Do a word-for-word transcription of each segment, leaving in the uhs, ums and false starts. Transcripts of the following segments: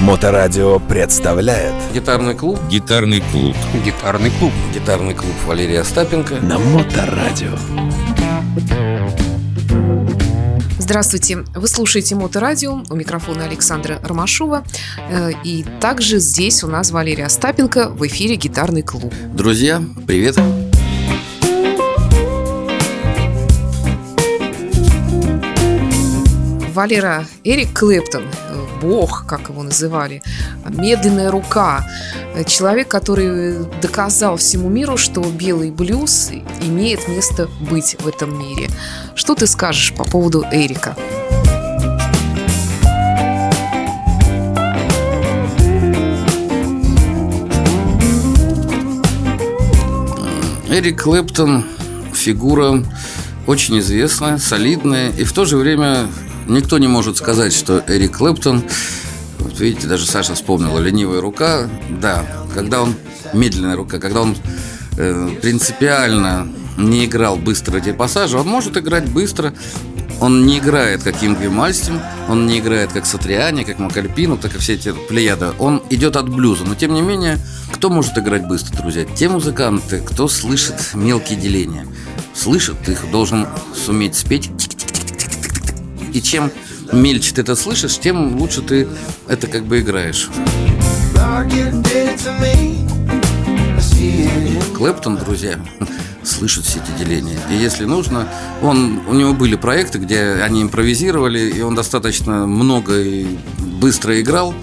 Моторадио представляет Гитарный клуб. Гитарный клуб. Гитарный клуб. Гитарный клуб Валерия Остапенко на Моторадио. Здравствуйте, вы слушаете Моторадио, у микрофона Александра Ромашова. И также здесь у нас Валерия Остапенко, в эфире Гитарный клуб. Друзья, привет! Валера, Эрик Клэптон, бог, как его называли, медленная рука, человек, который доказал всему миру, что белый блюз имеет место быть в этом мире. Что ты скажешь по поводу Эрика? Эрик Клэптон – фигура очень известная, солидная, и в то же время никто не может сказать, что Эрик Клэптон, вот видите, даже Саша вспомнила «Ленивая рука», да, когда он, медленная рука, когда он э, принципиально не играл быстро эти пассажи, он может играть быстро, он не играет как Ингви Мальмстен, он не играет как Сатриани, как Макальпину, так и все эти плеяды, он идет от блюза, но тем не менее, кто может играть быстро, друзья? Те музыканты, кто слышит мелкие деления, слышит, ты их должен суметь спеть. И чем мельче ты это слышишь, тем лучше ты это как бы играешь. Клэптон, друзья, слышит все эти деления. И если нужно, он, у него были проекты, где они импровизировали, и он достаточно много и быстро играл.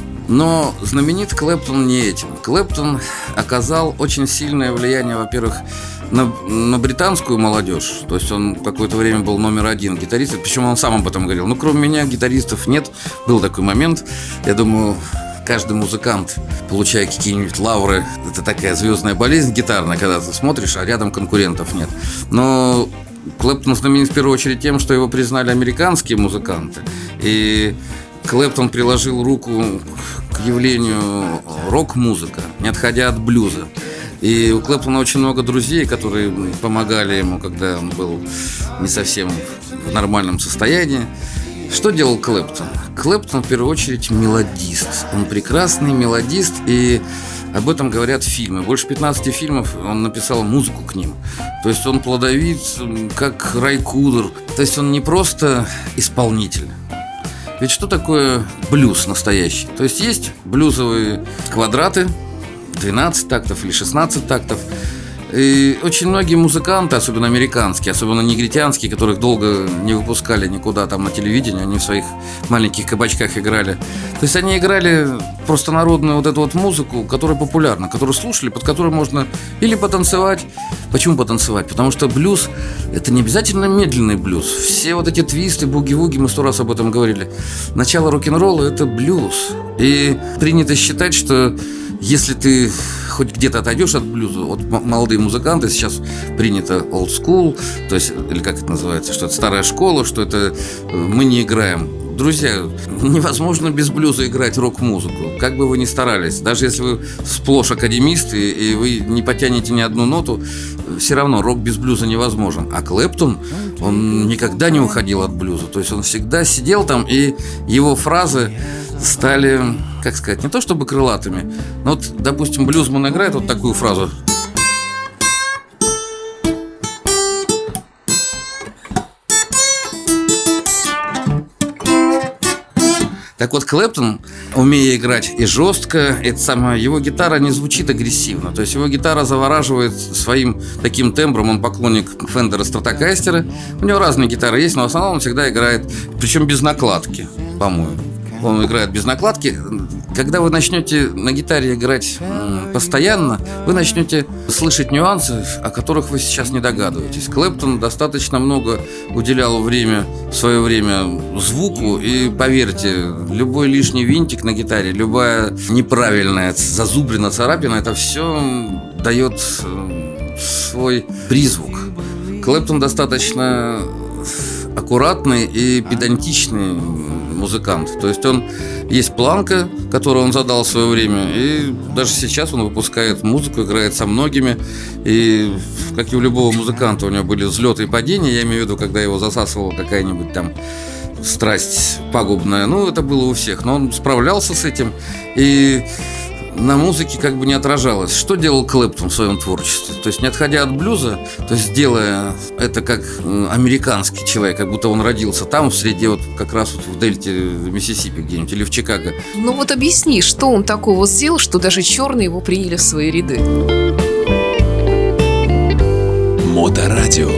Но знаменит Клэптон не этим. Клэптон оказал очень сильное влияние, во-первых, на, на британскую молодежь. То есть он какое-то время был номер один гитарист. Причем он сам об этом говорил. Ну, кроме меня, гитаристов нет. Был такой момент. Я думаю, каждый музыкант, получая какие-нибудь лавры, это такая звездная болезнь гитарная, когда ты смотришь, а рядом конкурентов нет. Но Клэптон знаменит в первую очередь тем, что его признали американские музыканты. И Клэптон приложил руку к явлению рок-музыка, не отходя от блюза. И у Клэптона очень много друзей, которые помогали ему, когда он был не совсем в нормальном состоянии. Что делал Клэптон? Клэптон, в первую очередь, мелодист. Он прекрасный мелодист, и об этом говорят фильмы. Больше пятнадцати фильмов он написал музыку к ним. То есть он плодовит, как Рай Кудер. То есть он не просто исполнитель. Ведь что такое блюз настоящий? То есть есть блюзовые квадраты, двенадцать тактов или шестнадцать тактов. И очень многие музыканты, особенно американские, особенно негритянские, которых долго не выпускали никуда там на телевидении, они в своих маленьких кабачках играли. То есть они играли просто народную вот эту вот музыку, которая популярна, которую слушали, под которую можно или потанцевать. Почему потанцевать? Потому что блюз – это не обязательно медленный блюз. Все вот эти твисты, буги-вуги, мы сто раз об этом говорили. Начало рок-н-ролла – это блюз. И принято считать, что если ты хоть где-то отойдешь от блюза, вот молодые музыканты, сейчас принято old school, то есть, или как это называется, что это старая школа, что это мы не играем. Друзья, невозможно без блюза играть рок-музыку, как бы вы ни старались. Даже если вы сплошь академисты и вы не потянете ни одну ноту, все равно рок без блюза невозможен. А Клэптон, он никогда не уходил от блюза. То есть он всегда сидел там, и его фразы стали, как сказать, не то чтобы крылатыми, но вот, допустим, блюзман играет вот такую фразу. Так вот, Клэптон, умея играть и жестко, это самое, его гитара не звучит агрессивно. То есть его гитара завораживает своим таким тембром. Он поклонник Фендера Стратокастера. У него разные гитары есть, но в основном он всегда играет, причем без накладки, по-моему. Он играет без накладки. Когда вы начнете на гитаре играть постоянно, вы начнете слышать нюансы, о которых вы сейчас не догадываетесь. Клэптон достаточно много уделял время, в свое время звуку, и поверьте, любой лишний винтик на гитаре, любая неправильная зазубрина, царапина, это все дает свой призвук. Клэптон достаточно аккуратный и педантичный музыкант. То есть он есть планка, которую он задал в свое время, и даже сейчас он выпускает музыку, играет со многими. И как и у любого музыканта, у него были взлеты и падения. Я имею в виду, когда его засасывала какая-нибудь там страсть пагубная. Ну, это было у всех, но он справлялся с этим, и на музыке как бы не отражалось. Что делал Клэптон в своем творчестве? То есть не отходя от блюза, то есть делая это как американский человек, как будто он родился там, в среде, вот как раз вот в дельте Миссисипи где-нибудь или в Чикаго. Ну вот объясни, что он такого сделал, что даже черные его приняли в свои ряды? Моторадио.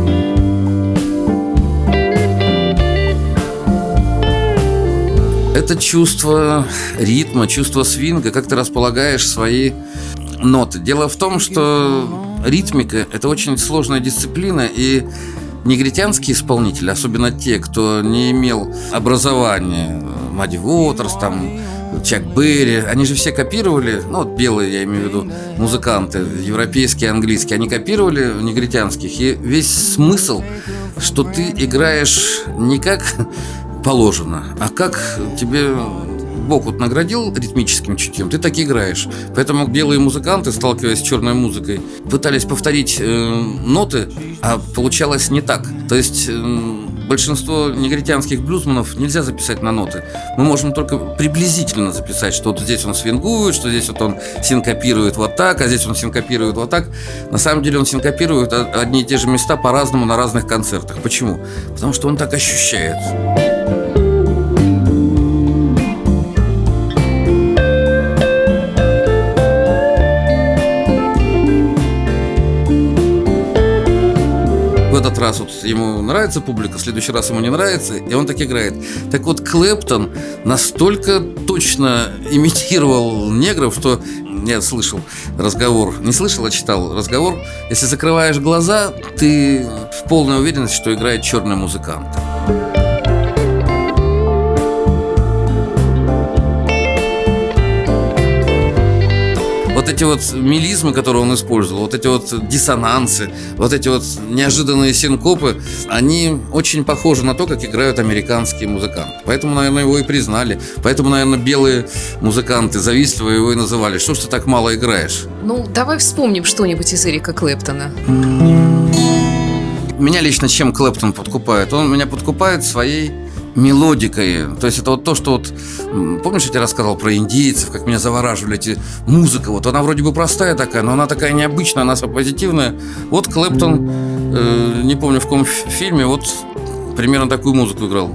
Это чувство ритма, чувство свинга, как ты располагаешь свои ноты. Дело в том, что ритмика – это очень сложная дисциплина, и негритянские исполнители, особенно те, кто не имел образования, Мадди Уотерс, там, Чак Берри, они же все копировали, ну вот белые, я имею в виду, музыканты, европейские, английские, они копировали негритянских, и весь смысл, что ты играешь не как положено, а как тебе Бог вот наградил ритмическим чутьем, ты так играешь. Поэтому белые музыканты, сталкиваясь с черной музыкой, пытались повторить э, ноты, а получалось не так. То есть э, большинство негритянских блюзманов нельзя записать на ноты. Мы можем только приблизительно записать, что вот здесь он свингует, что здесь вот он синкопирует вот так, а здесь он синкопирует вот так. На самом деле он синкопирует одни и те же места по-разному на разных концертах. Почему? Потому что он так ощущает. В этот раз вот ему нравится публика, в следующий раз ему не нравится, и он так играет. Так вот, Клэптон настолько точно имитировал негров, что я слышал разговор, не слышал, а читал разговор. Если закрываешь глаза, ты в полной уверенности, что играет черный музыкант. Вот эти вот мелизмы, которые он использовал, вот эти вот диссонансы, вот эти вот неожиданные синкопы, они очень похожи на то, как играют американские музыканты. Поэтому, наверное, его и признали. Поэтому, наверное, белые музыканты завистливо его и называли. Что ж ты так мало играешь? Ну, давай вспомним что-нибудь из Эрика Клэптона. Меня лично чем Клэптон подкупает? Он меня подкупает своей мелодикой. То есть это вот то, что вот... Помнишь, я тебе рассказывал про индейцев, как меня завораживали эти... Музыка, вот она вроде бы простая такая, но она такая необычная, она позитивная. Вот Клэптон, э, не помню в каком фильме, вот примерно такую музыку играл.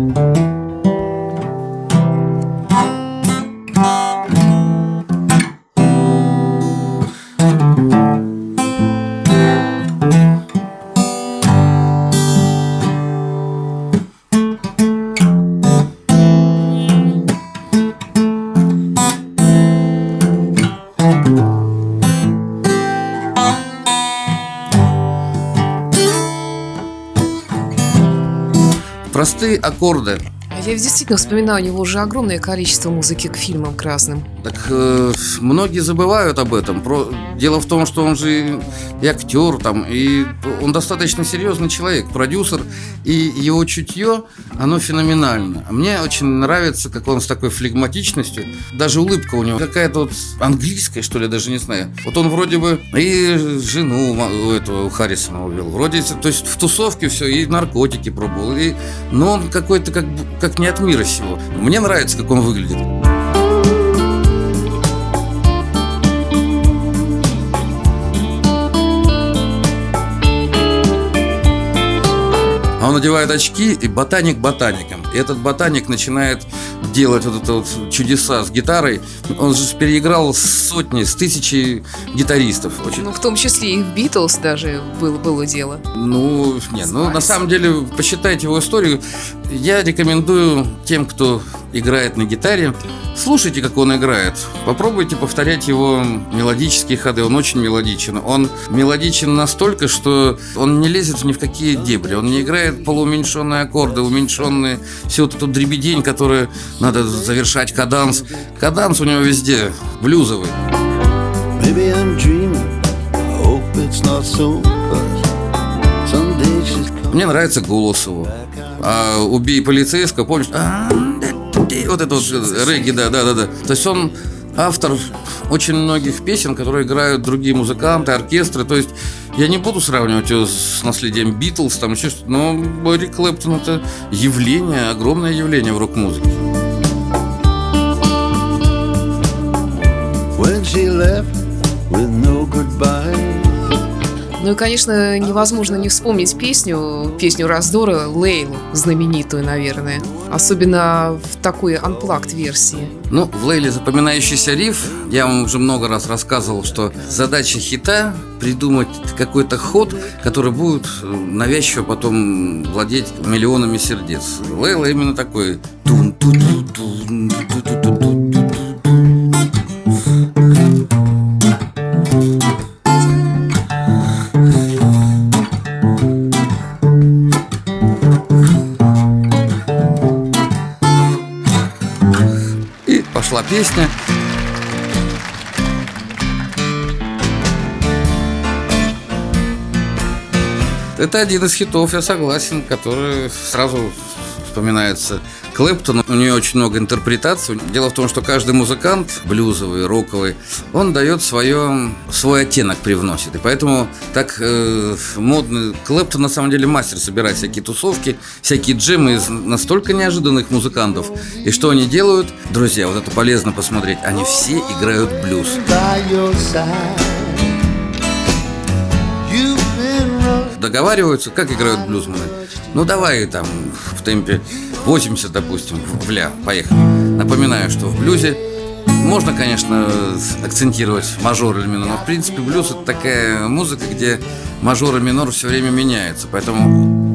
Простые аккорды. Я действительно вспоминаю, у него уже огромное количество музыки к фильмам, к разным. Так э, многие забывают об этом. Про... Дело в том, что он же и актер, там, и он достаточно серьезный человек, продюсер, и его чутье, оно феноменально. Мне очень нравится, как он с такой флегматичностью, даже улыбка у него какая-то вот английская, что ли, даже не знаю. Вот он вроде бы и жену у этого у Харрисона увел, вроде, то есть в тусовке все, и наркотики пробовал, и... но он какой-то как, как не от мира сего. Мне нравится, как он выглядит. А он надевает очки, и ботаник ботаником. И этот ботаник начинает делать вот это вот чудеса с гитарой. Он же переиграл сотни, с тысячи гитаристов. Очень. Ну, в том числе и в Битлз даже было, было дело. Ну, нет, ну, на самом деле, посчитайте его историю. Я рекомендую тем, кто играет на гитаре, слушайте, как он играет. Попробуйте повторять его мелодические ходы. Он очень мелодичен. Он мелодичен настолько, что он не лезет ни в какие дебри. Он не играет полууменьшенные аккорды, уменьшенные, всю вот эту дребедень, которую надо завершать каданс. Каданс у него везде блюзовый. Мне нравится голос его. А «Убей полицейского», помнишь? Вот это вот регги, да, да, да, да. То есть он автор очень многих песен, которые играют другие музыканты, оркестры. То есть Я не буду сравнивать его с наследием Битлз, там еще что-то, но Эрик Клэптон — это явление, огромное явление в рок-музыке. When she left with no goodbye. Ну и, конечно, невозможно не вспомнить песню, песню раздора «Лейлу», знаменитую, наверное. Особенно в такой unplugged версии. Ну, в «Лейле» запоминающийся риф. Я вам уже много раз рассказывал, что задача хита — придумать какой-то ход, который будет навязчиво потом владеть миллионами сердец. «Лейла» именно такой. И пошла песня. Это один из хитов, я согласен, который сразу вспоминается Клэптон. У нее очень много интерпретаций. Дело в том, что каждый музыкант, блюзовый, роковый, он дает свое, свой оттенок, привносит. И поэтому так э, модный Клэптон на самом деле мастер собирать всякие тусовки, всякие джемы из настолько неожиданных музыкантов. И что они делают? Друзья, вот это полезно посмотреть. Они все играют блюз. Договариваются, как играют блюзмены. Ну давай там в темпе восемьдесят, допустим, в ля, поехали. Напоминаю, что в блюзе можно, конечно, акцентировать мажор или минор, но в принципе блюз — это такая музыка, где мажор и минор все время меняются. Поэтому...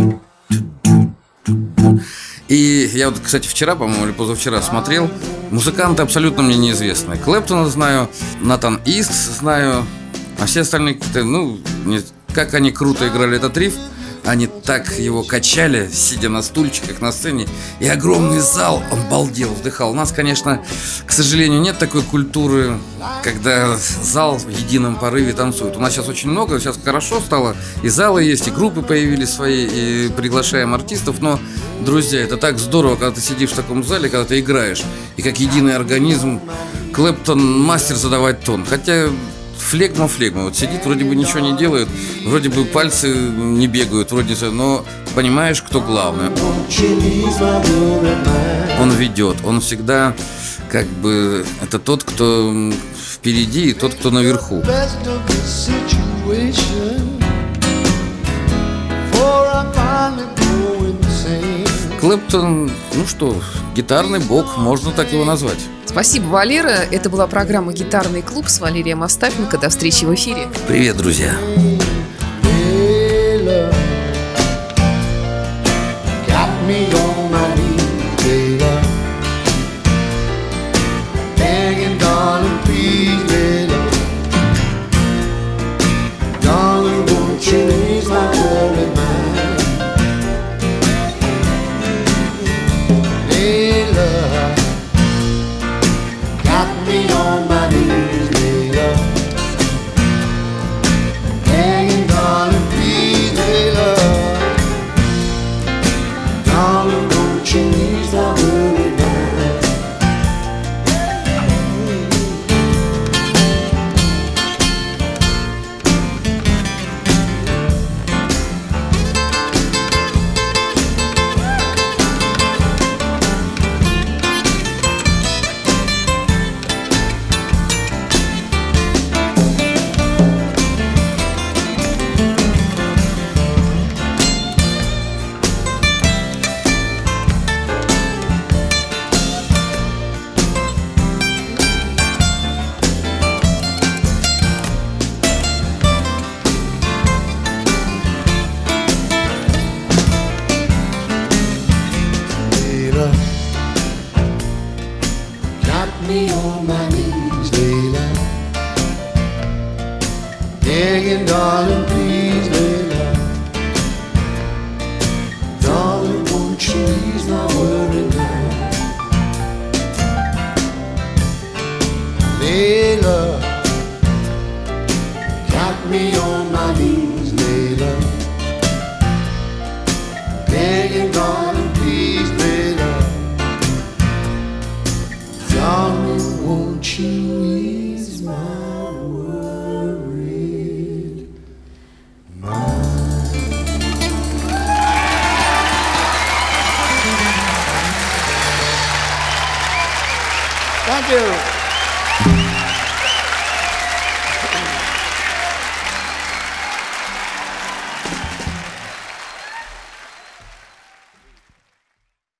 И я вот, кстати, вчера, по-моему, или позавчера смотрел. Музыканты абсолютно мне неизвестные. Клэптона знаю, Натан Ист знаю, а все остальные какие-то, ну, не... Как они круто играли этот риф. Они так его качали, сидя на стульчиках на сцене. И огромный зал, он балдел, вдыхал. У нас, конечно, к сожалению, нет такой культуры, когда зал в едином порыве танцует. У нас сейчас очень много, сейчас хорошо стало. И залы есть, и группы появились свои, и приглашаем артистов. Но, друзья, это так здорово, когда ты сидишь в таком зале, когда ты играешь. И как единый организм. Клэптон мастер задавать тон. Хотя... Флегма, флегма. Вот сидит, вроде бы ничего не делает, вроде бы пальцы не бегают, вроде, но понимаешь, кто главный. Он ведет, он всегда как бы это тот, кто впереди, и тот, кто наверху. Клэптон, ну что, гитарный бог, можно так его назвать. Спасибо, Валера. Это была программа «Гитарный клуб» с Валерием Остапенко. До встречи в эфире. Привет, друзья. Me on my knees, Layla, begging, darling, please, Layla, darling, won't you ease my worry now? Layla, got me on my knees, Layla, begging, darling, please, Layla, darling, won't you ease my worried Thank you.